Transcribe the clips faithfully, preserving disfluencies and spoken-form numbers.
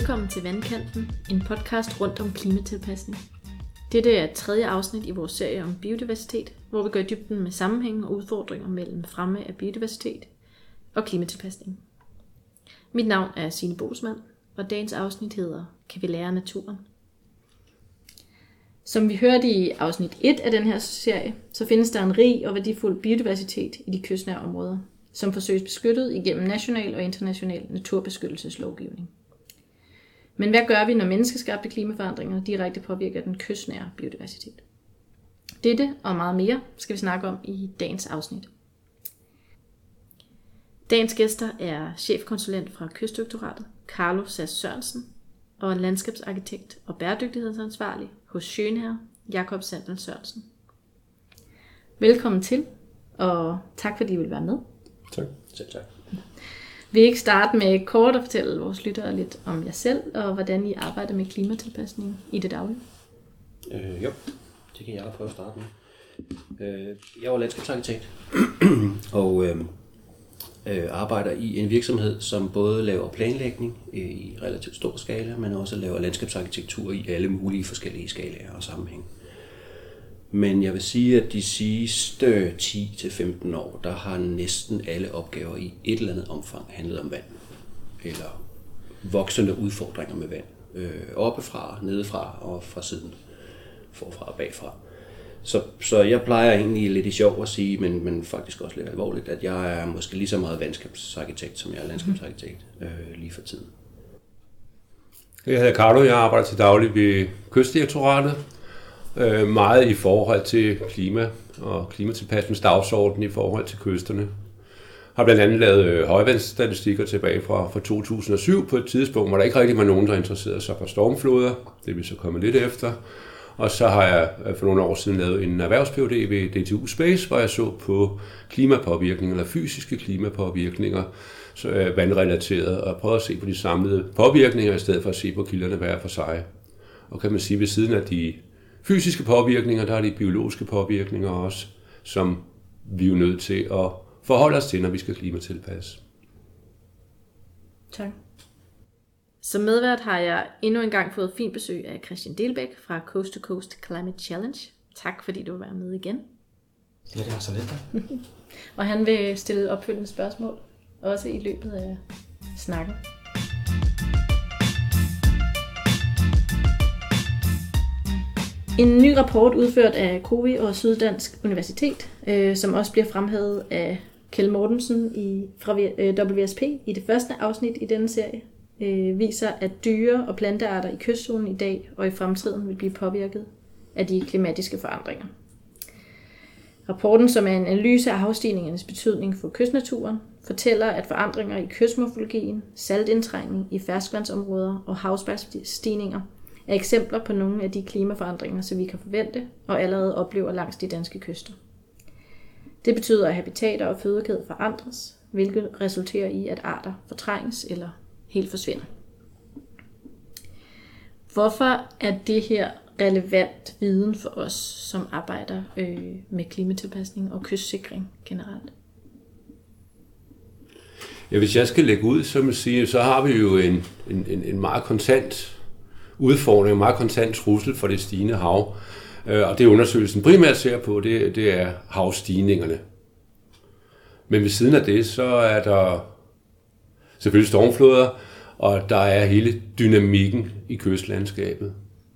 Velkommen til Vandkanten, en podcast rundt om klimatilpasning. Dette er et tredje afsnit i vores serie om biodiversitet, hvor vi går i dybden med sammenhæng og udfordringer mellem fremme af biodiversitet og klimatilpasning. Mit navn er Signe Boesmann, og dagens afsnit hedder Kan vi lære af naturen? Som vi hørte i afsnit et af den her serie, så findes der en rig og værdifuld biodiversitet i de kystnære områder, som forsøges beskyttet igennem national og international naturbeskyttelseslovgivning. Men hvad gør vi, når menneskeskabte klimaforandringer direkte påvirker den kystnære biodiversitet? Dette og meget mere skal vi snakke om i dagens afsnit. Dagens gæster er chefkonsulent fra Kystdirektoratet, Carlo Sass Sørensen, og landskabsarkitekt og bæredygtighedsansvarlig hos Schönherr, Jakob Sandel Sørensen. Velkommen til, og tak fordi I vil være med. Tak. Selv tak. Vil I ikke starte med kort at fortælle vores lyttere lidt om jer selv, og hvordan I arbejder med klimatilpasning i det daglige? Øh, jo, det kan jeg prøve at starte med. Øh, jeg var landskabsarkitekt, og øh, øh, arbejder i en virksomhed, som både laver planlægning øh, i relativt stor skala, men også laver landskabsarkitektur i alle mulige forskellige skalaer og sammenhæng. Men jeg vil sige, at de sidste ti til femten år, der har næsten alle opgaver i et eller andet omfang handlet om vand. Eller voksende udfordringer med vand. Øh, oppefra, nedefra og fra siden. Forfra og bagfra. Så, så jeg plejer egentlig lidt i sjov at sige, men, men faktisk også lidt alvorligt, at jeg er måske lige så meget vandskabsarkitekt, som jeg er landskabsarkitekt øh, lige for tiden. Jeg hedder Carlo, jeg arbejder til daglig ved Kystdirektoratet. Meget i forhold til klima og klimatilpasningsdagsordenen i forhold til kysterne. Har blandt andet lavet højvandsstatistikker tilbage fra, fra to tusind og syv på et tidspunkt, hvor der ikke rigtig var nogen, der interesserede sig for stormfloder. Det er vi så kommet lidt efter. Og så har jeg for nogle år siden lavet en erhvervs-Ph.D. ved D T U Space, hvor jeg så på klimapåvirkninger eller fysiske klimapåvirkninger, så vandrelateret, og prøvede at se på de samlede påvirkninger, i stedet for at se på kilderne hver for sig. Og kan man sige, ved siden af de fysiske påvirkninger, der er de biologiske påvirkninger også, som vi er jo nødt til at forholde os til, når vi skal klimatilpasse. Tak. Som medvært har jeg endnu en gang fået fint besøg af Christian Delbæk fra Coast to Coast Climate Challenge. Tak fordi du vil være med igen. Ja, det var så lidt. Og han vil stille opfølgende spørgsmål, også i løbet af snakken. En ny rapport udført af COWI og Syddansk Universitet, øh, som også bliver fremhævet af Kjeld Mortensen i, fra W S P i det første afsnit i denne serie, øh, viser, at dyre- og plantearter i kystzonen i dag og i fremtiden vil blive påvirket af de klimatiske forandringer. Rapporten, som er en analyse af havstigningernes betydning for kystnaturen, fortæller, at forandringer i kystmorfologien, saltindtrængning i ferskvandsområder og havspejlsstigninger er eksempler på nogle af de klimaforandringer, som vi kan forvente og allerede oplever langs de danske kyster. Det betyder, at habitater og fødekæder forandres, hvilket resulterer i, at arter fortrænges eller helt forsvinder. Hvorfor er det her relevant viden for os, som arbejder øh, med klimatilpasning og kystsikring generelt? Ja, hvis jeg skal lægge ud, så, må sige, så har vi jo en, en, en meget kontant udfordring, en meget kontant trussel for det stigende hav. Og det undersøgelsen primært ser på, det, det er havstigningerne. Men ved siden af det, så er der selvfølgelig stormfloder, og der er hele dynamikken i kystlandskabet.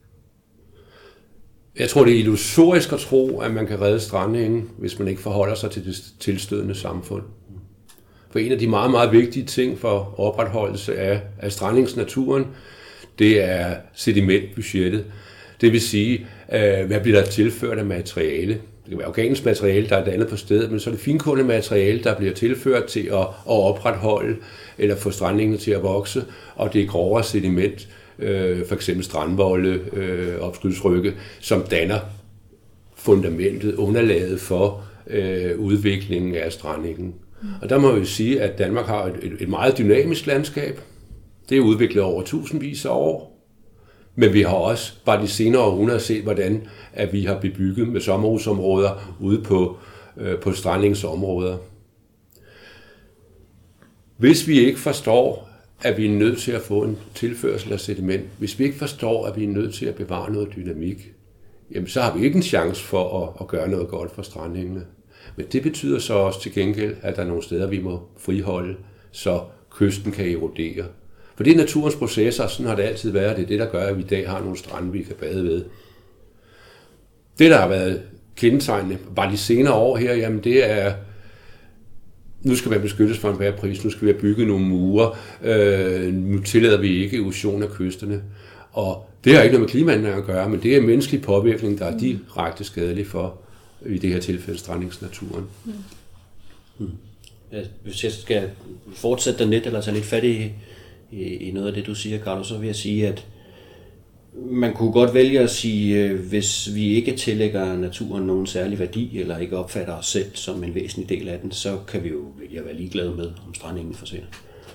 Jeg tror, det er illusorisk at tro, at man kan redde strandingen, hvis man ikke forholder sig til det tilstødende samfund. For en af de meget, meget vigtige ting for opretholdelse af, af strandingsnaturen, det er sedimentbudgettet. Det vil sige, hvad bliver der tilført af materiale. Det kan være organisk materiale, der er dannet på stedet, men så er det finkornet materiale, der bliver tilført til at, at opretholde eller få strandingen til at vokse, og det er grovere sediment, øh, for eksempel strandvolde, øh, opskydsrygge, som danner fundamentet, underlaget for øh, udviklingen af strandingen. Og der må vi sige, at Danmark har et, et meget dynamisk landskab. Det er udviklet over tusindvis af år. Men vi har også bare de senere århundreder set, hvordan at vi har bebygget med sommerhusområder ude på, øh, på strandingsområder. Hvis vi ikke forstår at vi er nødt til at få en tilførsel af sediment. Hvis vi ikke forstår, at vi er nødt til at bevare noget dynamik, jamen så har vi ikke en chance for at, at gøre noget godt for strandhængene. Men det betyder så også til gengæld, at der er nogle steder, vi må friholde, så kysten kan erodere. For det er naturens processer, sådan har det altid været. Det er det, der gør, at vi i dag har nogle strande, vi kan bade ved. Det, der har været kendetegnende bare de senere år her, jamen det er, nu skal man beskyttes for enhver pris, nu skal vi have bygget nogle mure, øh, nu tillader vi ikke erosion af kysterne. Og det har ikke noget med klimaændring at gøre, men det er menneskelig påvirkning, der er direkte skadelig for, i det her tilfælde, strandningsnaturen. Mm. Mm. Ja, hvis jeg skal fortsætte den lidt, eller tage lidt fat i, i, i noget af det, du siger, Carlo, så vil jeg sige, at man kunne godt vælge at sige, hvis vi ikke tillægger naturen nogen særlig værdi, eller ikke opfatter os selv som en væsentlig del af den, så kan vi jo vælge være ligeglade med, om strandingen forsvinder.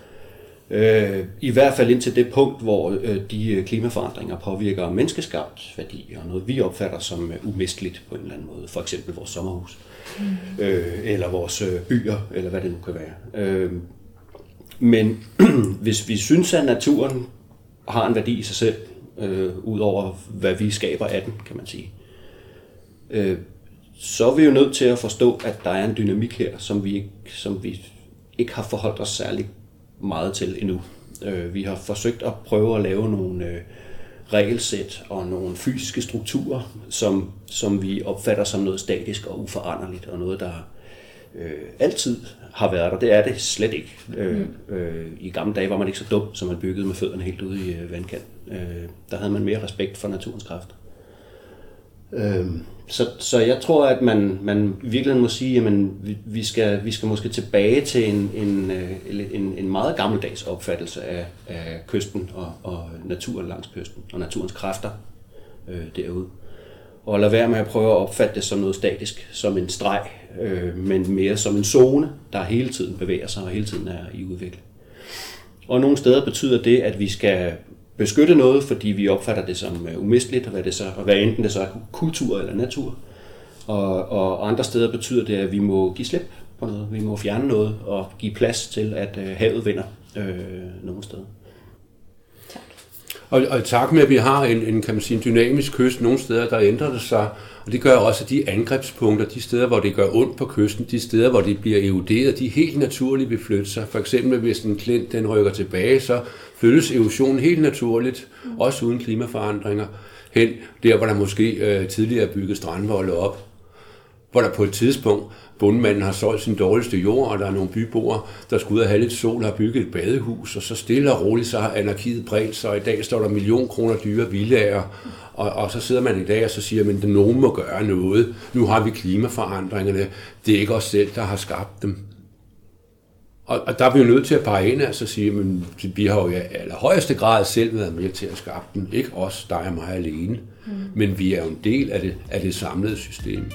I hvert fald indtil det punkt, hvor de klimaforandringer påvirker menneskeskabt værdi, og noget vi opfatter som umisteligt på en eller anden måde, for eksempel vores sommerhus, mm. eller vores byer, eller hvad det nu kan være. Men hvis vi synes, at naturen har en værdi i sig selv, Øh, ud over hvad vi skaber af den, kan man sige. Øh, så er vi jo nødt til at forstå, at der er en dynamik her, som vi ikke, som vi ikke har forholdt os særlig meget til endnu. Øh, vi har forsøgt at prøve at lave nogle øh, regelsæt og nogle fysiske strukturer, som, som vi opfatter som noget statisk og uforanderligt, og noget, der øh, altid har været der. Det er det slet ikke. Øh, øh, I gamle dage var man ikke så dum, som man byggede med fødderne helt ude i øh, vandkanten. Øh, der havde man mere respekt for naturens kræfter. Øh, så, så jeg tror, at man, man virkelig må sige, at vi, vi, skal, vi skal måske tilbage til en, en, en, en meget gammeldags opfattelse af, af kysten og, og naturen langs kysten, og naturens kræfter øh, derude. Og lade være med at prøve at opfatte det som noget statisk, som en streg, øh, men mere som en zone, der hele tiden bevæger sig og hele tiden er i udvikling. Og nogle steder betyder det, at vi skal beskytte noget, fordi vi opfatter det som umisteligt, og hvad, det så, og hvad enten det så er kultur eller natur. Og, og andre steder betyder det, at vi må give slip på noget, vi må fjerne noget og give plads til, at øh, havet vinder øh, nogle steder. Tak. Og, og tak med, at vi har en, en, kan man sige, en dynamisk kyst nogle steder, der ændrer det sig. Og det gør også, at de angrebspunkter, de steder, hvor det gør ondt på kysten, de steder, hvor det bliver eroderet, de helt naturligt vil flytte sig. For eksempel, hvis en klint den rykker tilbage, så flyttes erosionen helt naturligt, mm. også uden klimaforandringer, hen der, hvor der måske øh, tidligere er bygget strandvolde op. Hvor der på et tidspunkt, bondemanden har solgt sin dårligste jord, og der er nogle byboere, der skal ud og have lidt sol, har bygget et badehus, og så stille og roligt, så har anarkiet bredt sig, og i dag står der million kroner dyre villager, og, og så sidder man i dag og så siger, men nogen må gøre noget. Nu har vi klimaforandringerne, det er ikke os selv, der har skabt dem. Og, og der er vi jo nødt til at pege ind, altså sige, men vi har jo i allerhøjeste grad selv været med til at skabe dem. Ikke os, dig og mig alene, mm. men vi er jo en del af det, af det samlede system.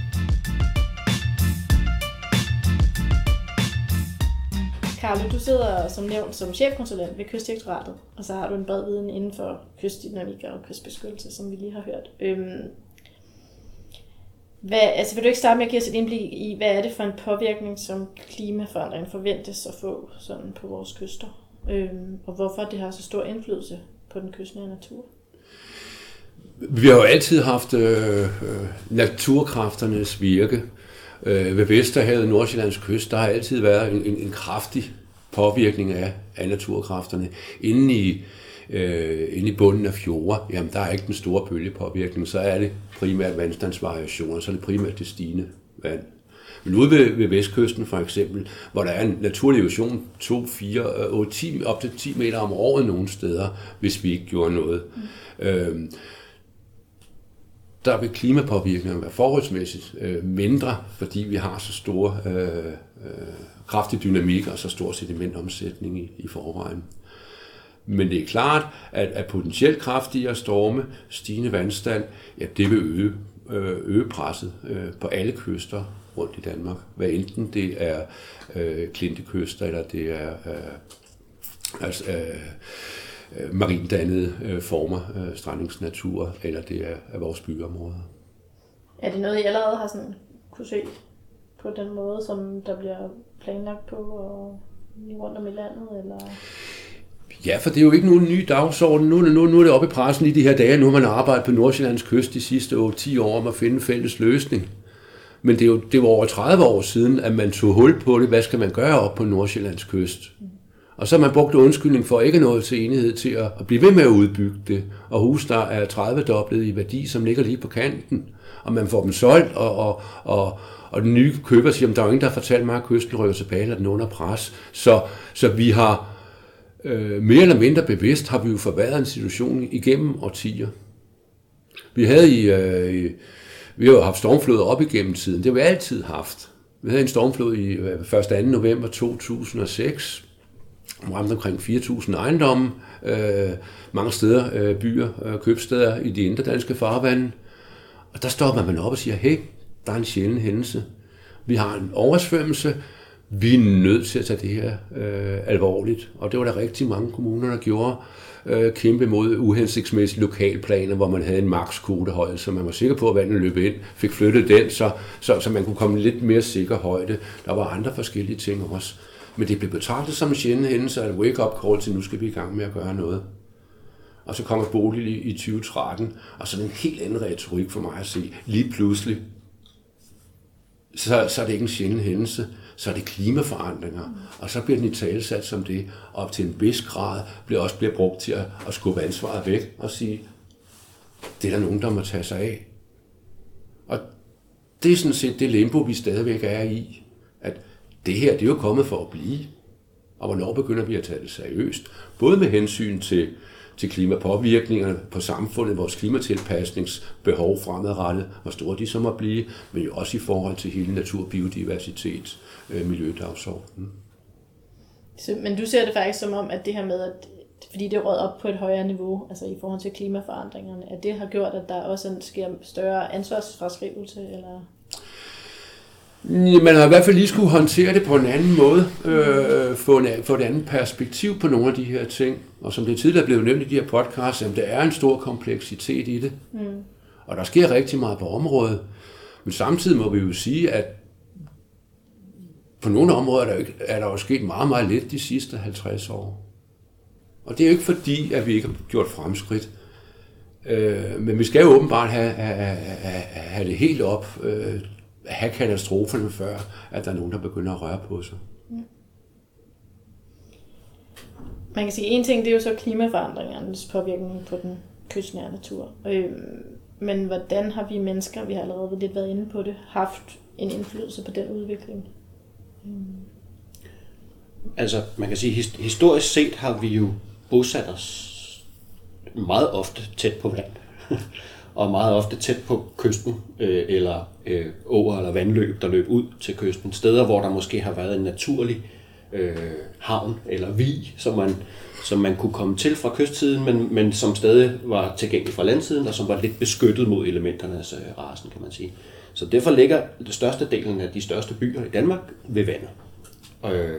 Carlo, du sidder som nævnt som chefkonsulent ved Kystdirektoratet, og så har du en bred viden inden for kystdynamik og kystbeskyttelse, som vi lige har hørt. Øhm, hvad, altså vil du ikke starte med at give os et indblik i, hvad er det for en påvirkning, som klimaforandringen forventes at få sådan på vores kyster, øhm, og hvorfor det har så stor indflydelse på den kystnære natur? Vi har jo altid haft øh, naturkræfternes virke. Øh, ved Vesterhavet, Nordsjællands kyst, der har altid været en, en, en kraftig påvirkning af, af naturkræfterne. Inde i, øh, inde i bunden af fjorde, jamen der er ikke den store bølgepåvirkning, så er det primært vandstandsvariationer, så er det primært det stigende vand. Men ude ved, ved vestkysten for eksempel, hvor der er en naturlig erosion to, fire, otte, ti, op til ti meter om året nogle steder, hvis vi ikke gjorde noget. Mm. Øh, der vil klimapåvirkningen være forholdsmæssigt øh, mindre, fordi vi har så stor øh, øh, kraftig dynamik og så stor sedimentomsætning i, i forvejen. Men det er klart, at, at potentielt kraftigere storme, stigende vandstand, ja, det vil øge, øh, øge presset øh, på alle kyster rundt i Danmark. Hvad enten det er øh, klintekyster, eller det er øh, altså, øh, marindannede øh, former, øh, strandingsnatur, eller det er, er vores byområder. Er det noget, I allerede har sådan kunne se på den måde, som der bliver planlagt på og rundt om i landet? Eller? Ja, for det er jo ikke nogen ny dagsorden. Nu, nu, nu er det oppe i pressen i de her dage. Nu har man arbejdet på Nordsjællands kyst de sidste otte til ti år om at finde en fælles løsning. Men det, er jo, det var over tredive år siden, at man tog hul på det. Hvad skal man gøre op på Nordsjællands kyst? Og så har man brugt undskyldning for ikke noget til enighed til at, at blive ved med at udbygge det. Og hus, der er tredive-doblet i værdi, som ligger lige på kanten. Og man får dem solgt, og, og, og, og den nye køber siger, at der er jo ingen, der har fortalt mig, at kysten rykker tilbage, eller den er under pres. Så, så vi har øh, mere eller mindre bevidst, har vi jo forværret en situation igennem årtier. Vi havde i... Øh, Vi har jo haft stormfloder op igennem tiden. Det har vi altid haft. Vi havde en stormflod i første og anden november to tusind og seks. Vi ramte omkring fire tusind ejendomme. Øh, mange steder, øh, byer, øh, købsteder i de indre danske farvande. Og der stopper man op og siger, hey, der er en sjælden hændelse. Vi har en oversvømmelse. Vi er nødt til at tage det her øh, alvorligt. Og det var der rigtig mange kommuner, der gjorde. Kæmpe mod uhensigtsmæssige lokalplaner, hvor man havde en makskvotehøjde, så man var sikker på, at vandet løb ind, fik flyttet den, så, så, så man kunne komme lidt mere sikker højde. Der var andre forskellige ting også. Men det blev betragtet som en sjælden hændelse, at wake-up call til, nu skal vi i gang med at gøre noget. Og så kommer Bodil i, i tyve tretten, og så er det en helt anden retorik for mig at se. Lige pludselig, så, så er det ikke en sjælden hændelse, så er det klimaforandringer, og så bliver den i talesat som det, og op til en vis grad bliver også bliver brugt til at, at skubbe ansvaret væk og sige, det er der nogen, der må tage sig af. Og det er sådan set det limbo, vi stadigvæk er i, at det her, det er jo kommet for at blive, og hvornår begynder vi at tage det seriøst, både med hensyn til til klimapåvirkningerne på samfundet, vores klimatilpasningsbehov fremadrettet, hvor store de så må blive, men jo også i forhold til hele natur, biodiversitet, øh, miljødagsordenen. Så, men du ser det faktisk som om, at det her med, at fordi det er røget op på et højere niveau, altså i forhold til klimaforandringerne, at det har gjort, at der også sker større ansvarsfraskrivelse, eller? Man har i hvert fald lige skulle håndtere det på en anden måde, øh, få, en, få et andet perspektiv på nogle af de her ting. Og som det tidligere blev nævnt i de her podcasts, jamen, der er en stor kompleksitet i det. Mm. Og der sker rigtig meget på området. Men samtidig må vi jo sige, at på nogle områder er der, jo, er der jo sket meget, meget lidt de sidste halvtreds år. Og det er jo ikke fordi, at vi ikke har gjort fremskridt. Øh, men vi skal jo åbenbart have, have, have, have det helt op, øh, have katastroferne før, at der er nogen, der begynder at røre på sig. Mm. Man kan sige, at en ting, det er jo så klimaforandringernes påvirkning på den kystnære natur. Øh, men hvordan har vi mennesker, vi har allerede lidt været inde på det, haft en indflydelse på den udvikling? Mm. Altså, man kan sige, at historisk set har vi jo bosat os meget ofte tæt på vand, og meget ofte tæt på kysten, øh, eller øh, åer eller vandløb, der løb ud til kysten. Steder, hvor der måske har været en naturlig øh, havn eller vig, som man, som man kunne komme til fra kystsiden, men, men som stadig var tilgængelig fra landsiden, og som var lidt beskyttet mod elementernes øh, rasen, kan man sige. Så derfor ligger det største delen af de største byer i Danmark ved vandet. Øh,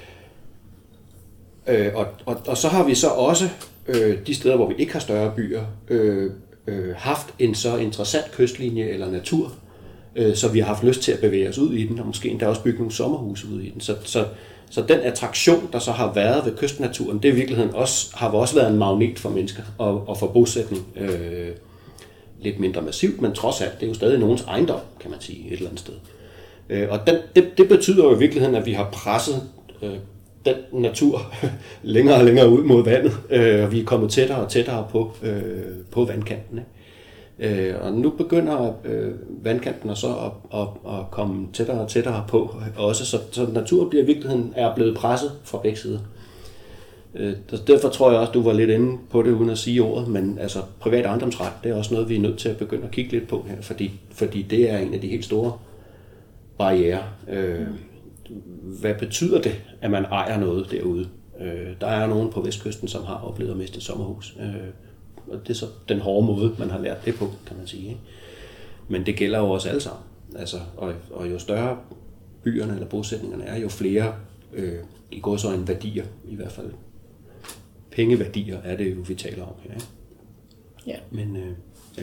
øh, og, og, og så har vi så også øh, de steder, hvor vi ikke har større byer, øh, øh, haft en så interessant kystlinje eller natur, øh, så vi har haft lyst til at bevæge os ud i den, og måske endda også bygge nogle sommerhuse ud i den. Så, så, så den attraktion, der så har været ved kystnaturen, det i virkeligheden også, har også været en magnet for mennesker og, og for bosætning. Øh, lidt mindre massivt, men trods alt, det er jo stadig nogens ejendom, kan man sige, et eller andet sted. Øh, og den, det, det betyder jo i virkeligheden, at vi har presset øh, den natur længere og længere ud mod vandet, øh, og vi er kommet tættere og tættere på, øh, på vandkanten. Øh, og nu begynder øh, vandkanten så at, at, at komme tættere og tættere på også, så, så naturen bliver i virkeligheden er blevet presset fra begge sider. Øh, derfor tror jeg også, du var lidt inde på det uden at sige ordet, men altså privat ejendomsret, det er også noget, vi er nødt til at begynde at kigge lidt på her, fordi, fordi det er en af de helt store barrierer. Øh, hvad betyder det, at man ejer noget derude? Øh, der er nogen på Vestkysten, som har oplevet at miste et sommerhus. Øh, og det er så den hårde måde, man har lært det på, kan man sige. Ikke? Men det gælder jo også alle sammen. Altså, og, og jo større byerne eller bosætningerne er, jo flere øh, i går så en værdier, i hvert fald pengeværdier er det jo, vi taler om her. Ikke? Ja. Men øh, ja.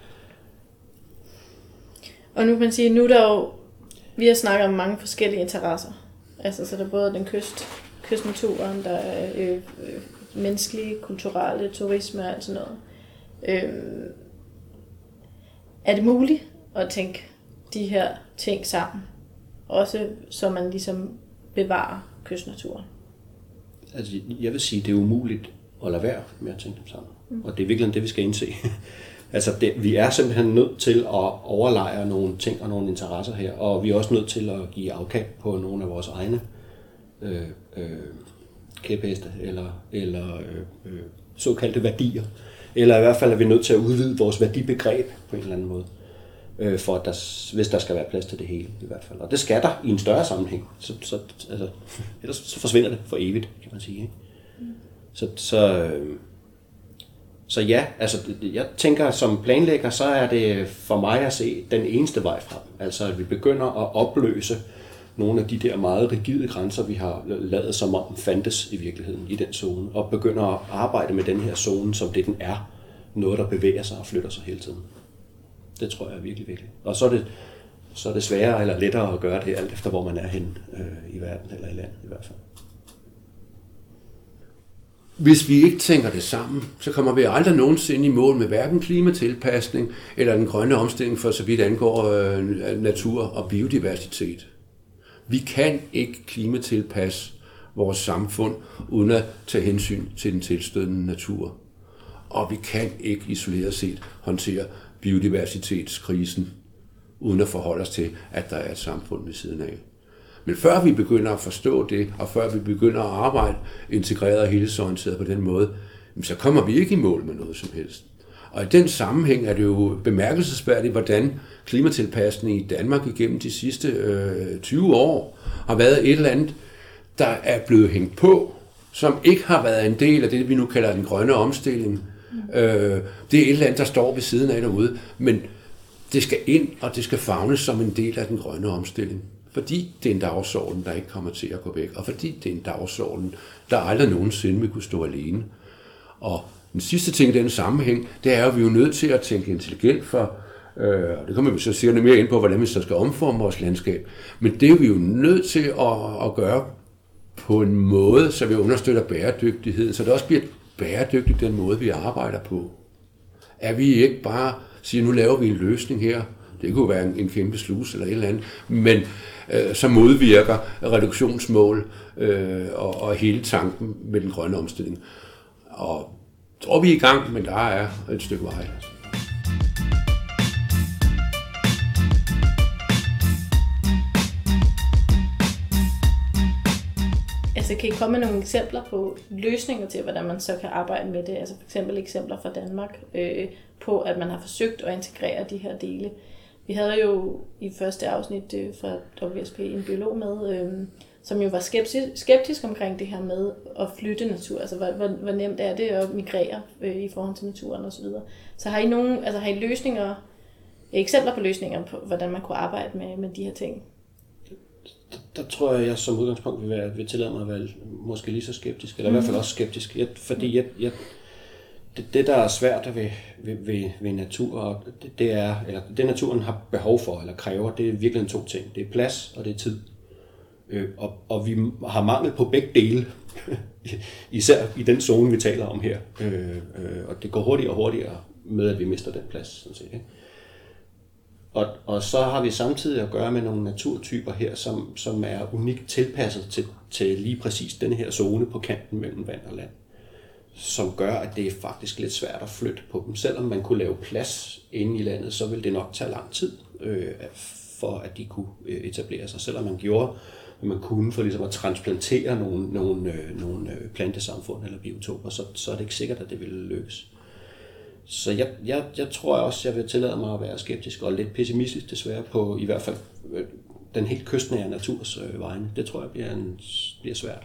Og nu kan man sige, nu er der jo, vi har snakket om mange forskellige interesser. Altså, så der er både den kyst, kystnaturen, der er øh, menneskelige, kulturelle, turisme og alt sådan noget. Øhm, er det muligt at tænke de her ting sammen? Også så man ligesom bevarer kystnaturen. Altså, jeg vil sige, det er umuligt at lade være med at tænke dem sammen. Mm. Og det er virkelig det, vi skal indse. Altså, det, vi er simpelthen nødt til at overlejre nogle ting og nogle interesser her, og vi er også nødt til at give afkald på nogle af vores egne øh, øh, kæpheste eller, eller øh, øh, såkaldte værdier. Eller i hvert fald er vi nødt til at udvide vores værdibegreb på en eller anden måde, øh, for at der, hvis der skal være plads til det hele i hvert fald. Og det skal der i en større sammenhæng, så, så, altså, ellers så forsvinder det for evigt, kan man sige. Ikke? Mm. Så, så, øh, så ja, altså jeg tænker som planlægger, så er det for mig at se den eneste vej frem. Altså at vi begynder at opløse nogle af de der meget rigide grænser, vi har lavet som om fandtes i virkeligheden i den zone, og begynder at arbejde med den her zone, som det den er, noget der bevæger sig og flytter sig hele tiden. Det tror jeg er virkelig vigtigt. Og så er det, så er det sværere eller lettere at gøre det, alt efter hvor man er henne øh, i verden eller i landet i hvert fald. Hvis vi ikke tænker det sammen, så kommer vi aldrig nogensinde i mål med hverken klimatilpasning eller den grønne omstilling, for så vidt angår øh, natur og biodiversitet. Vi kan ikke klimatilpasse vores samfund uden at tage hensyn til den tilstødende natur. Og vi kan ikke isoleret set håndtere biodiversitetskrisen uden at forholde os til, at der er et samfund ved siden af. Men før vi begynder at forstå det, og før vi begynder at arbejde integreret og helhedsorienteret på den måde, så kommer vi ikke i mål med noget som helst. Og i den sammenhæng er det jo bemærkelsesværdigt, hvordan klimatilpasning i Danmark igennem de sidste øh, tyve år har været et eller andet, der er blevet hængt på, som ikke har været en del af det, vi nu kalder den grønne omstilling. Mm. Øh, det er et eller andet, der står ved siden af derude, men det skal ind, og det skal favnes som en del af den grønne omstilling. Fordi det er en dagsorden, der ikke kommer til at gå væk, og fordi det er en dagsorden, der aldrig nogensinde vil kunne stå alene. Og den sidste ting i den sammenhæng, det er, at vi er jo nødt til at tænke intelligent for, øh, og det kommer vi så sikkert mere ind på, hvordan vi så skal omforme vores landskab, men det er vi jo nødt til at, at gøre på en måde, så vi understøtter bæredygtigheden, så det også bliver bæredygtigt den måde, vi arbejder på. Er vi ikke bare siger, nu laver vi en løsning her, det kunne være en, en kæmpe slus eller et eller andet, men øh, som modvirker reduktionsmål øh, og, og hele tanken med den grønne omstilling. Og jeg tror, vi er i gang, men der er et stykke vej. Altså, kan I komme med nogle eksempler på løsninger til, hvordan man så kan arbejde med det? Altså for eksempel eksempler fra Danmark øh, på, at man har forsøgt at integrere de her dele. Vi havde jo i første afsnit øh, fra W S P en biolog med, øh, som jo var skeptisk, skeptisk omkring det her med at flytte natur. Altså, hvor, hvor, hvor nemt er det at migrere øh, i forhold til naturen osv. Så, så har I nogle, altså har I løsninger, eksempler på løsninger på, hvordan man kunne arbejde med, med de her ting? Der, der tror jeg, jeg som udgangspunkt vil, være, vil tillade mig at være måske lige så skeptisk, eller mm. i hvert fald også skeptisk. Jeg, fordi jeg, jeg, det, det, der er svært ved, ved, ved, ved natur, det, det er, eller det naturen har behov for, eller kræver, det er virkelig to ting. Det er plads, og det er tid. Øh, og, og vi har mangel på begge dele, især i den zone, vi taler om her. Øh, øh, og det går hurtigere og hurtigere med, at vi mister den plads, sådan set, ikke? Og, og så har vi samtidig at gøre med nogle naturtyper her, som, som er unikt tilpasset til, til lige præcis den her zone på kanten mellem vand og land, som gør, at det er faktisk lidt svært at flytte på dem. Selvom man kunne lave plads inde i landet, så ville det nok tage lang tid, øh, for at de kunne etablere sig. Selvom man gjorde, hvad man kunne for ligesom at transplantere nogle, nogle, øh, nogle plantesamfund eller biotoper, så, så er det ikke sikkert, at det ville lykkes. Så jeg, jeg, jeg tror også, jeg vil tillade mig at være skeptisk og lidt pessimistisk desværre på i hvert fald den helt kystnære naturs øh, vegne. Det tror jeg bliver, en, bliver svært.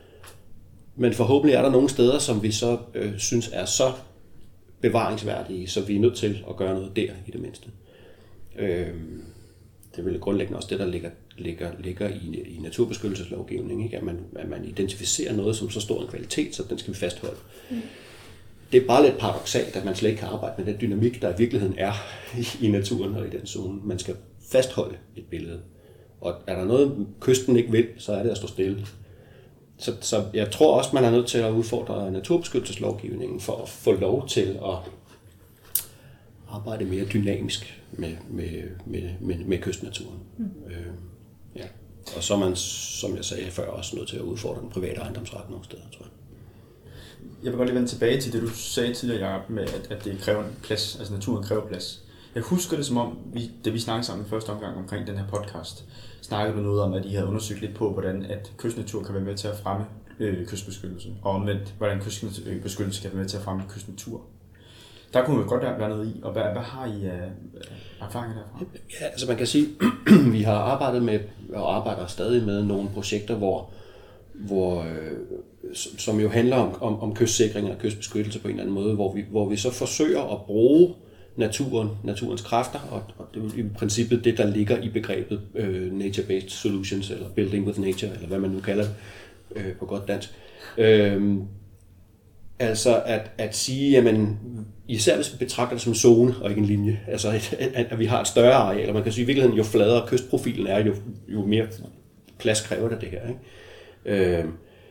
Men forhåbentlig er der nogle steder, som vi så øh, synes er så bevaringsværdige, så vi er nødt til at gøre noget der i det mindste. Øh, det er vel grundlæggende også det, der ligger, ligger, ligger i, i naturbeskyttelseslovgivningen, ikke? At, man, at man identificerer noget som så stor en kvalitet, så den skal vi fastholde. Mm. Det er bare lidt paradoksalt, at man slet ikke kan arbejde med den dynamik, der i virkeligheden er i naturen og i den zone. Man skal fastholde et billede. Og er der noget, kysten ikke vil, så er det at stå stille. så, så jeg tror også, man er nødt til at udfordre naturbeskyttelseslovgivningen for at få lov til at arbejde mere dynamisk med, med, med, med, med kystnaturen. Mm. Øh, ja. Og så er man, som jeg sagde før, også nødt til at udfordre den private ejendomsret nogle steder, tror jeg. Jeg vil godt lige vende tilbage til det, du sagde tidligere, Jacob, med at, at det kræver en plads, altså naturen kræver plads. Jeg husker det som om, vi, da vi snakkede sammen i første omgang omkring den her podcast, snakkede du noget om, at I havde undersøgt lidt på, hvordan at kystnatur kan være med til at fremme øh, kystbeskyttelsen, og omvendt, hvordan kystbeskyttelse kan være med til at fremme kystnatur. Der kunne jo godt være noget i, og hvad, hvad har I af uh, erfaringer derfra? Ja, altså man kan sige, vi har arbejdet med, og arbejder stadig med nogle projekter, hvor, hvor øh, som jo handler om, om, om kystsikring og kystbeskyttelse på en eller anden måde, hvor vi, hvor vi så forsøger at bruge naturen, naturens kræfter, og, og det er i princippet det, der ligger i begrebet øh, nature-based solutions, eller building with nature, eller hvad man nu kalder det øh, på godt dansk. Øh, altså at, at sige, jamen, især hvis vi betragter det som en zone og ikke en linje, altså at, at, at vi har et større areal, og man kan sige, at i virkeligheden, jo fladere kystprofilen er, jo, jo mere plads kræver det det her, ikke? Øh,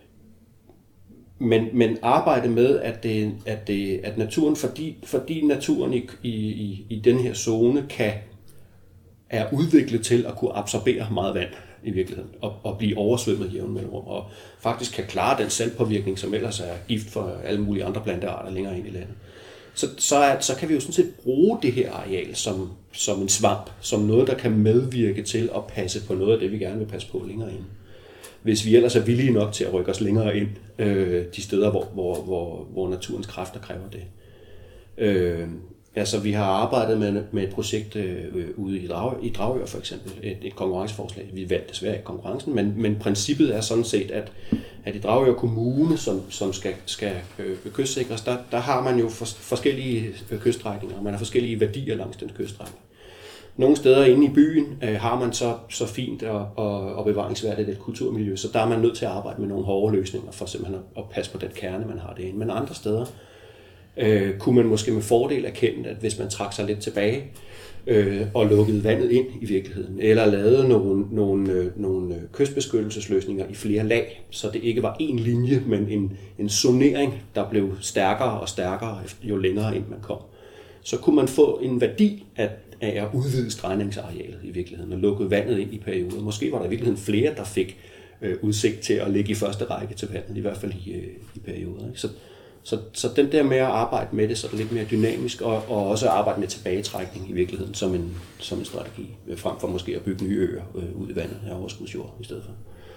Men, men arbejde med, at, det, at, det, at naturen, fordi, fordi naturen i, i, i den her zone kan, er udviklet til at kunne absorbere meget vand i virkeligheden, og, og blive oversvømmet jævn mellemrum, og faktisk kan klare den saltpåvirkning, som ellers er gift for alle mulige andre plantearter længere ind i landet. Så, så, er, så kan vi jo sådan set bruge det her areal som, som en svamp, som noget, der kan medvirke til at passe på noget af det, vi gerne vil passe på længere ind. Hvis vi ellers er villige nok til at rykke os længere ind øh, de steder, hvor, hvor, hvor, hvor naturens kræfter kræver det. Øh, altså, vi har arbejdet med, med et projekt øh, ude i, Drag, i Dragør for eksempel, et, et konkurrenceforslag. Vi vandt desværre ikke konkurrencen, men, men princippet er sådan set, at, at i Dragør Kommune, som, som skal, skal øh, kystsikres, der, der har man jo for, forskellige kyststrækninger, og man har forskellige værdier langs den kyststrækning. Nogle steder inde i byen øh, har man så, så fint og, og, og bevaringsværdigt et kulturmiljø, så der er man nødt til at arbejde med nogle hårde løsninger for simpelthen at, at passe på den kerne, man har derinde. Men andre steder øh, kunne man måske med fordel erkende, at hvis man trak sig lidt tilbage øh, og lukkede vandet ind i virkeligheden, eller lavede nogle, nogle, øh, nogle kystbeskyttelsesløsninger i flere lag, så det ikke var én linje, men en, en zonering, der blev stærkere og stærkere, jo længere ind man kom, så kunne man få en værdi af af at udvide strandningsarealet i virkeligheden og lukke vandet ind i perioder. Måske var der i virkeligheden flere, der fik øh, udsigt til at ligge i første række til vandet, i hvert fald i, øh, i perioder. Ikke? Så, så, så den der med at arbejde med det, så er det lidt mere dynamisk, og, og også arbejde med tilbagetrækning i virkeligheden som en, som en strategi, øh, frem for måske at bygge nye øer øh, ud i vandet af overskudsjord i stedet for.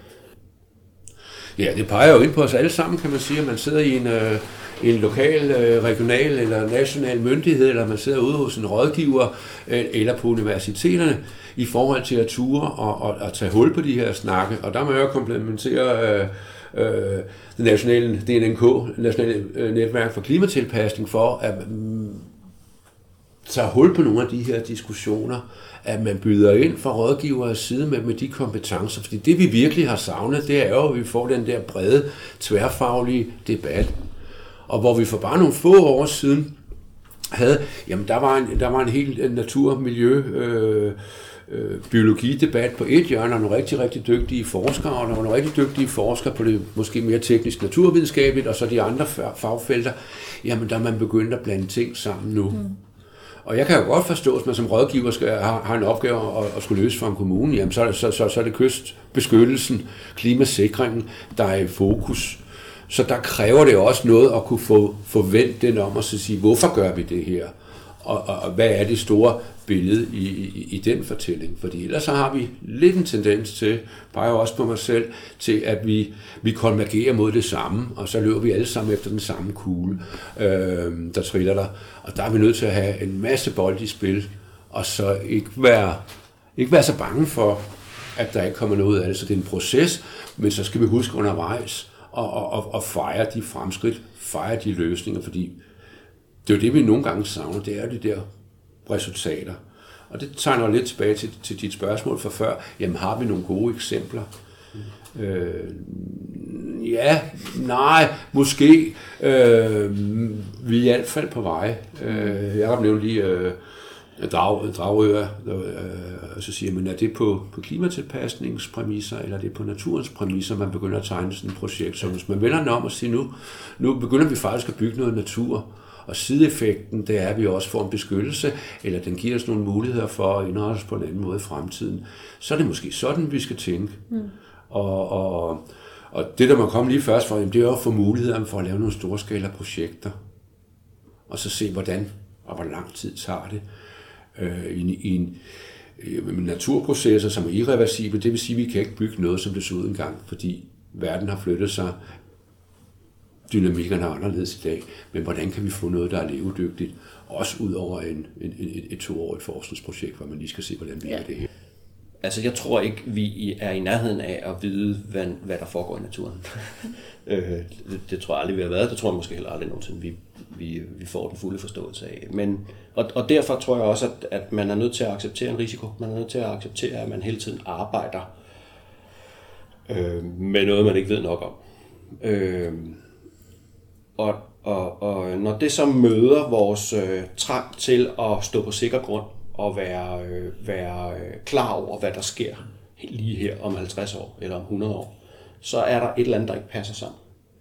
Ja, det peger jo ind på os alle sammen, kan man sige, at man sidder i en, øh, i en lokal, øh, regional eller national myndighed, eller man sidder ude hos en rådgiver, øh, eller på universiteterne, i forhold til at ture og, og, og tage hul på de her snakke. Og der må jeg jo komplementere øh, øh, det nationale D N K, Nationale øh, Netværk for Klimatilpasning, for at øh, tage hul på nogle af de her diskussioner, at man byder ind fra rådgiveres side med, med de kompetencer. Fordi det, vi virkelig har savnet, det er jo, at vi får den der brede, tværfaglige debat. Og hvor vi for bare nogle få år siden havde, jamen der var en, der var en helt natur-, miljø-, øh, øh, biologidebat på et hjørne, og nogle rigtig, rigtig dygtige forskere, og nogle rigtig dygtige forskere på det måske mere teknisk naturvidenskabeligt, og så de andre fagfelter, jamen der er man begyndt at blande ting sammen nu. Mm. Og jeg kan jo godt forstå, at man som rådgiver skal, har, har en opgave at, at skulle løse for en kommune, jamen så er, det, så, så, så er det kystbeskyttelsen, klimasikringen, der er i fokus. Så der kræver det også noget at kunne få, få vendt den om og så sige, hvorfor gør vi det her? Og, og, og hvad er det store billede i, i, i den fortælling? Fordi ellers så har vi lidt en tendens til, peger også på mig selv, til at vi, vi konvergerer mod det samme, og så løber vi alle sammen efter den samme kugle, øh, der triller der. Og der er vi nødt til at have en masse bold i spil, og så ikke være, ikke være så bange for, at der ikke kommer noget af det. Så det er en proces, men så skal vi huske undervejs, og, og, og fejre de fremskridt, fejre de løsninger, fordi det er jo det, vi nogle gange savner, det er de der resultater. Og det tegner lidt tilbage til, til dit spørgsmål fra før. Jamen, har vi nogle gode eksempler? Mm. Øh, ja, nej, måske. Øh, vi er i hvert fald på vej. Øh, jeg har nævnt lige øh, Drag, Dragør, øh, så siger man, er det på, på klimatilpasningspræmisser, eller er det på naturens præmisser, man begynder at tegne sådan et projekt. Så hvis man vender den om og siger, nu, nu begynder vi faktisk at bygge noget natur, og sideeffekten, det er, at vi også får en beskyttelse, eller den giver os nogle muligheder for at indrette os på en anden måde i fremtiden, så er det måske sådan, vi skal tænke. Mm. Og, og, og det, der må komme lige først for, det er at få muligheden for at lave nogle storskala projekter, og så se, hvordan og hvor lang tid tager det. Øh, i, i en øh, naturprocesser, som er irreversible, det vil sige, at vi kan ikke bygge noget, som det så ud engang, fordi verden har flyttet sig, dynamikkerne er anderledes i dag, men hvordan kan vi få noget, der er levedygtigt, også ud over en, en, et, et toårigt forskningsprojekt, hvor man lige skal se, hvordan vi ja. er det her. Altså, jeg tror ikke, vi er i nærheden af at vide, hvad, hvad der foregår i naturen. det, det tror jeg aldrig, vi har været. Det tror jeg måske heller aldrig nogensinde, vi, vi, vi får den fulde forståelse af. Men, og, og derfor tror jeg også, at, at man er nødt til at acceptere en risiko. Man er nødt til at acceptere, at man hele tiden arbejder øh, med noget, man ikke ved nok om. Øh, og, og, og når det så møder vores øh, trang til at stå på sikker grund, og være, øh, være klar over, hvad der sker lige her om halvtreds år eller om hundrede år, så er der et eller andet, der ikke passer sammen.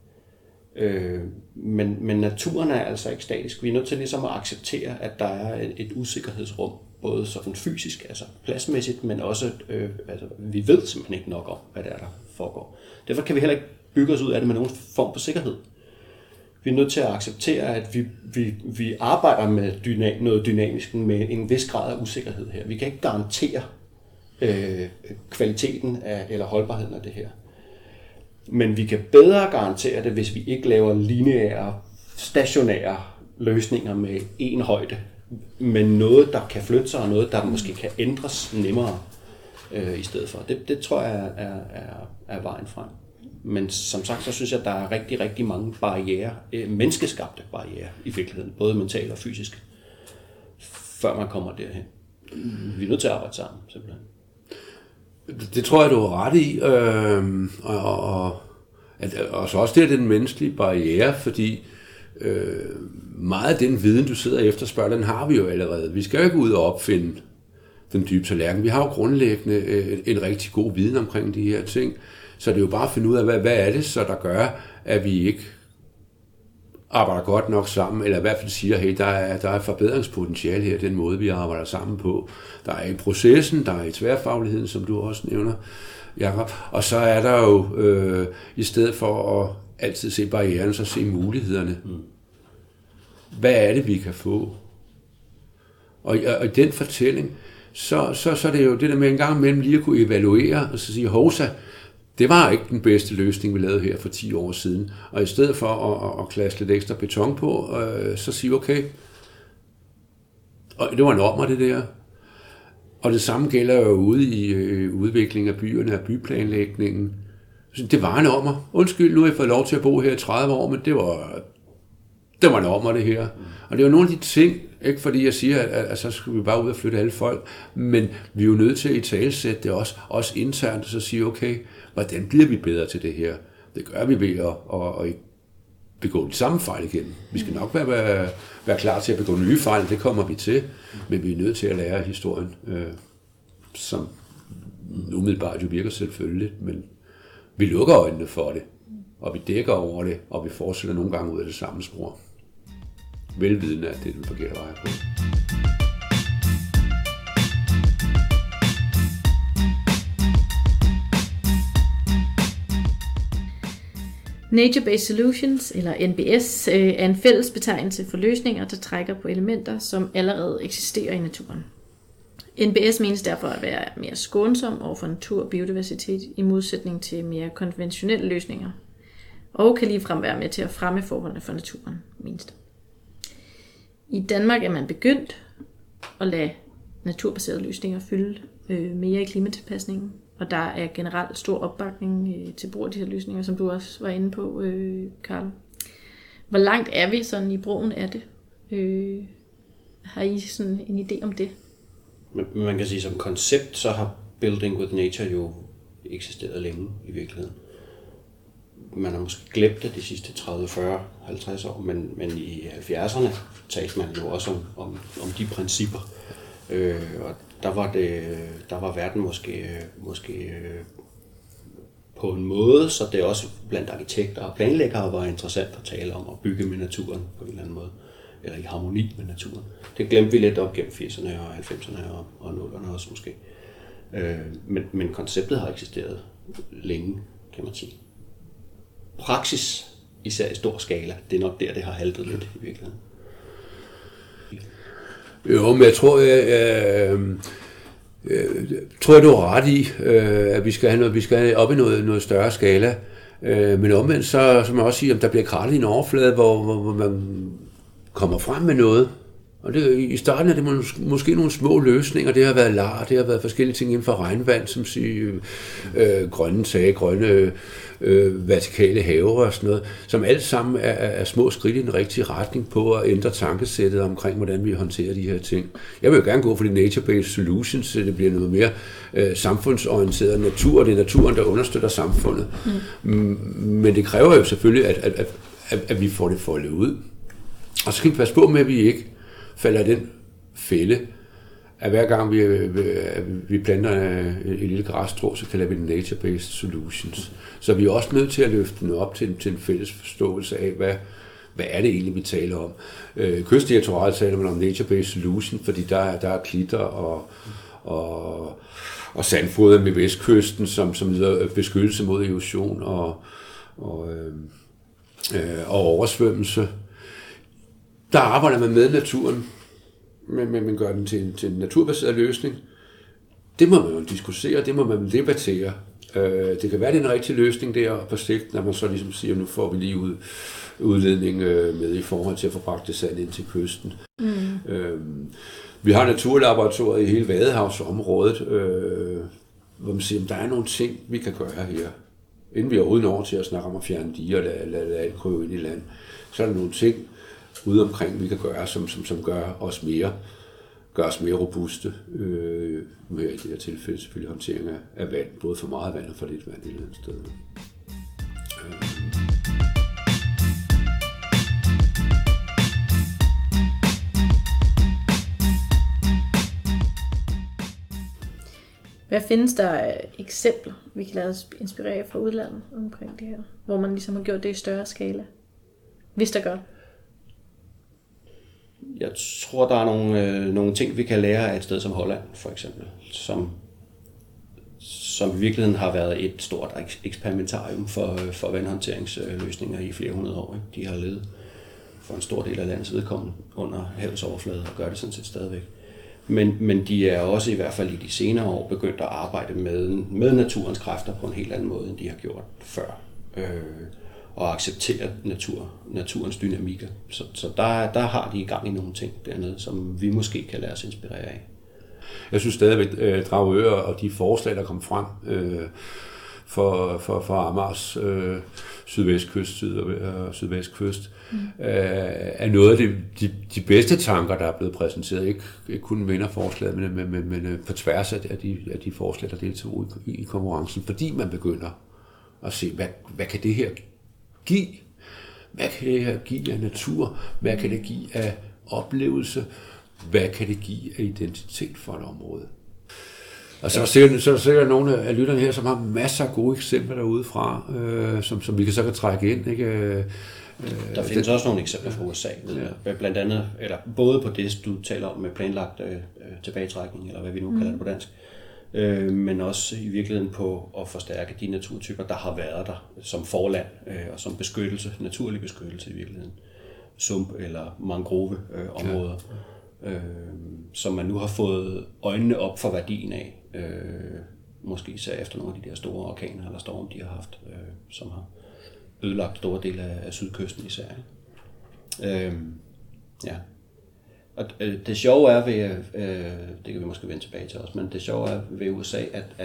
Øh, men, men naturen er altså ikke statisk. Vi er nødt til ligesom at acceptere, at der er et, et usikkerhedsrum, både sådan fysisk, altså pladsmæssigt, men også, øh, altså, vi ved simpelthen ikke nok om, hvad det er, der foregår. Derfor kan vi heller ikke bygge os ud af det med nogen form for sikkerhed. Vi er nødt til at acceptere, at vi, vi, vi arbejder med dyna, noget dynamisk med en vis grad af usikkerhed her. Vi kan ikke garantere øh, kvaliteten af, eller holdbarheden af det her. Men vi kan bedre garantere det, hvis vi ikke laver lineære, stationære løsninger med en højde, men noget, der kan flytte sig, og noget, der måske kan ændres nemmere øh, i stedet for. Det, det tror jeg er, er, er vejen frem. Men som sagt, så synes jeg, at der er rigtig, rigtig mange barrierer, menneskeskabte barrierer i virkeligheden, både mentalt og fysisk, før man kommer derhen. Vi er nødt til at arbejde sammen, simpelthen. Det tror jeg, du har ret i. Øh, og, og, at, og så også det er den menneskelige barriere, fordi øh, meget af den viden, du sidder og efterspørger, den har vi jo allerede. Vi skal jo ikke ud og opfinde den dybe tallerken. Vi har jo grundlæggende øh, en rigtig god viden omkring de her ting. Så det er jo bare at finde ud af, hvad, hvad er det så, der gør, at vi ikke arbejder godt nok sammen, eller i hvert fald siger, hey, der er, der er forbedringspotentiale her, den måde, vi arbejder sammen på. Der er i processen, der er i tværfagligheden, som du også nævner, Jakob. Og så er der jo, øh, i stedet for at altid se barriererne, så se mulighederne. Hvad er det, vi kan få? Og, og i den fortælling, så, så, så er det jo det der med en gang imellem lige at kunne evaluere, og så sige, hovsa, det var ikke den bedste løsning, vi lavede her for ti år siden. Og i stedet for at, at, at klasse lidt ekstra beton på, øh, så sige, okay, og det var en ommer det der. Og det samme gælder jo ude i øh, udviklingen af byerne og byplanlægningen. Det var en ommer. Undskyld, nu har jeg fået lov til at bo her i tredive år, men det var, det var en ommer det her. Og det var nogle af de ting, ikke fordi jeg siger, at, at så skal vi bare ud og flytte alle folk, men vi er jo nødt til at italesætte det også, også internt, og så sige, okay, hvordan bliver vi bedre til det her? Det gør vi ved at, at, at ikke begå de samme fejl igen. Vi skal nok være, være, være klar til at begå nye fejl, det kommer vi til, men vi er nødt til at lære historien, øh, som umiddelbart jo virker selvfølgeligt, men vi lukker øjnene for det, og vi dækker over det, og vi fortsætter nogle gange ud af det samme spor. Velvidende, at det er den forkerte vej på. Nature-Based Solutions, eller N B S, er en fælles betegnelse for løsninger, der trækker på elementer, som allerede eksisterer i naturen. N B S menes derfor at være mere skånsom over for natur og biodiversitet i modsætning til mere konventionelle løsninger, og kan ligefrem være med til at fremme forholdene for naturen, mindst. I Danmark er man begyndt at lade naturbaserede løsninger fylde øh, mere i klimatilpasningen, og der er generelt stor opbakning øh, til brug af de her løsninger, som du også var inde på, øh, Carl. Hvor langt er vi sådan i brugen af det? Øh, har I sådan en idé om det? Men man kan sige, som koncept, så har Building with Nature jo eksisteret længe i virkeligheden. Man har måske glemt det de sidste tredive, fyrre, halvtreds år, men, men i halvfjerdserne talte man jo også om, om, om de principper. Øh, og der var, det, der var verden måske, måske øh, på en måde, så det også blandt arkitekter og planlæggere var interessant at tale om at bygge med naturen på en eller anden måde, eller i harmoni med naturen. Det glemte vi lidt op gennem firserne og halvfemserne og, og nullerne også måske. Øh, men, men konceptet har eksisteret længe, kan man sige. Praksis, især i stor skala, det er nok der, det har haltet lidt i virkeligheden. Jo, men jeg tror, jeg, jeg, jeg, tror, jeg du har ret i, at vi skal have noget, vi skal have op i noget, noget større skala. Men omvendt, så, så må jeg også sige, at der bliver krattet i en overflade, hvor, hvor, hvor man kommer frem med noget. Og det, i starten er det mås- måske nogle små løsninger. Det har været lar, det har været forskellige ting inden for regnvand, som siger øh, grønne tage, grønne øh, vertikale haver og sådan noget, som alt sammen er, er små skridt i den rigtige retning på at ændre tankesættet omkring, hvordan vi håndterer de her ting. Jeg vil jo gerne gå for de nature-based solutions, så det bliver noget mere øh, samfundsorienteret natur. Det er naturen, der understøtter samfundet. Mm. Men det kræver jo selvfølgelig, at, at, at, at vi får det foldet ud. Og så skal vi passe på med, at vi ikke falder den fælde, at hver gang vi, vi planter et lille græsstrå, så kalder vi det nature-based solutions. Så vi er også nødt til at løfte den op til, til en fælles forståelse af, hvad, hvad er det egentlig, vi taler om. Kystdirektoratet taler man om nature-based solution, fordi der, der er klitter og, og, og sandfoder med vestkysten, som, som yder beskyttelse mod erosion og, og, øh, og oversvømmelse. Der arbejder man med naturen, men man gør den til en, til en naturbaseret løsning. Det må man jo diskutere, det må man debattere. Det kan være, det er en rigtig løsning der på sigt, når man så ligesom siger, nu får vi lige ud, udledning med i forhold til at få bragt det sand ind til kysten. Mm. Vi har naturlaboratoriet i hele Vadehavsområdet, hvor man siger, at der er nogle ting, vi kan gøre her. Inden vi overhovedet når til at snakke om at fjerne diger og lade, lade alt krybe ind i land, så er der nogle ting, ude omkring, vi kan gøre, som, som, som gør os mere, gør os mere robuste. Øh, med i det her tilfælde selvfølgelig håndtering af, af vand, både for meget vand og for lidt vand et eller andet sted. Øh. Hvad findes der af eksempler, vi kan lade os inspirere fra udlandet omkring det her, hvor man ligesom har gjort det i større skala? Hvis der gør. Jeg tror, der er nogle, øh, nogle ting, vi kan lære af et sted som Holland, for eksempel, som, som i virkeligheden har været et stort eksperimentarium for, for vandhåndteringsløsninger i flere hundrede år. Ikke? De har levet for en stor del af landets vedkommende under havets overflade og gør det sådan set stadigvæk. Men, men de er også i hvert fald i de senere år begyndt at arbejde med, med naturens kræfter på en helt anden måde, end de har gjort før. Øh, og acceptere natur, naturens dynamikker. Så, så der, der har de i gang i nogle ting dernede, som vi måske kan lade os inspirere af. Jeg synes stadigvæk, at Dragør og de forslag, der kom frem øh, for, for, for Amagers øh, sydvestkyst syd og sydvestkyst, mm. øh, er noget af de, de, de bedste tanker, der er blevet præsenteret. Ikke, ikke kun vinderforslaget, men, men, men, men på tværs af de, af de forslag, der deltog i, i konkurrencen, fordi man begynder at se, hvad, hvad kan det her give? Hvad kan det her give af natur? Hvad kan det give af oplevelse? Hvad kan det give af identitet for et område? Og så er der sikkert, så er der sikkert nogle af lytterne her, som har masser af gode eksempler derude fra, øh, som, som vi kan så kan trække ind. Ikke? Øh, der findes det, også nogle eksempler fra U S A, ja. Blandt andet, eller både på det, du taler om med planlagt øh, tilbagetrækning, eller hvad vi nu mm. kalder det på dansk, øh, men også i virkeligheden på at forstærke de naturtyper, der har været der som forland øh, og som beskyttelse, naturlig beskyttelse i virkeligheden. Sump- eller mangroveområder, øh, øh, som man nu har fået øjnene op for værdien af, øh, måske især efter nogle af de der store orkaner eller storme, de har haft, øh, som har ødelagt store dele af, af sydkysten især. Øh, ja. Og det sjove er ved, øh, det kan vi måske vende tilbage til også, men det sjove er ved U S A, at, at,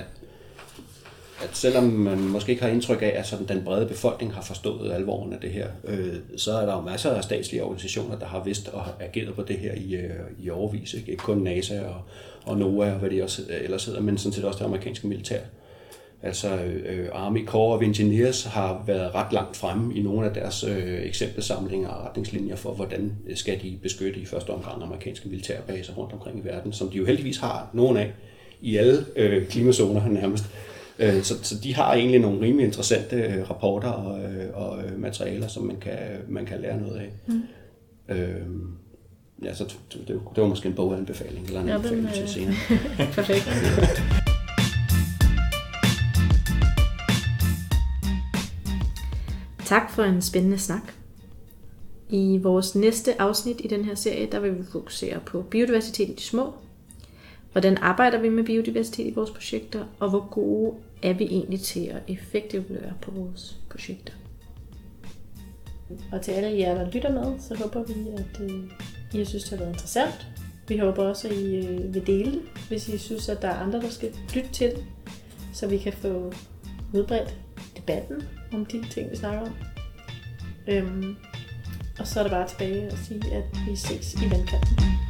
at selvom man måske ikke har indtryk af, at sådan den brede befolkning har forstået alvoren af det her, øh, så er der jo masser af statslige organisationer, der har vidst og har ageret på det her i, øh, i årevis. Ikke? ikke kun NASA og, og NOAA og hvad de også ellers hedder, men sådan set også det amerikanske militær. Altså øh, Army Corps of Engineers har været ret langt fremme i nogle af deres øh, eksempelsamlinger og retningslinjer for, hvordan skal de beskytte i første omgang amerikanske militærbaser rundt omkring i verden, som de jo heldigvis har nogle af i alle øh, klimazoner nærmest. Øh, så, så de har egentlig nogle rimelig interessante øh, rapporter og, øh, og øh, materialer, som man kan, man kan lære noget af. Mm. Øh, ja, så det, det var måske en boganbefaling eller en ja, anbefaling til senere. Perfekt. Tak for en spændende snak. I vores næste afsnit i den her serie, der vil vi fokusere på biodiversitet i de små. Hvordan arbejder vi med biodiversitet i vores projekter, og hvor gode er vi egentlig til at effektevaluere på vores projekter. Og til alle jer, der lytter med, så håber vi, at I synes, det har været interessant. Vi håber også, at I vil dele det, hvis I synes, at der er andre, der skal lytte til det, så vi kan få udbredt debatten om de ting, vi snakker om. Øhm, og så er det bare tilbage at sige, at vi ses i vandkanten.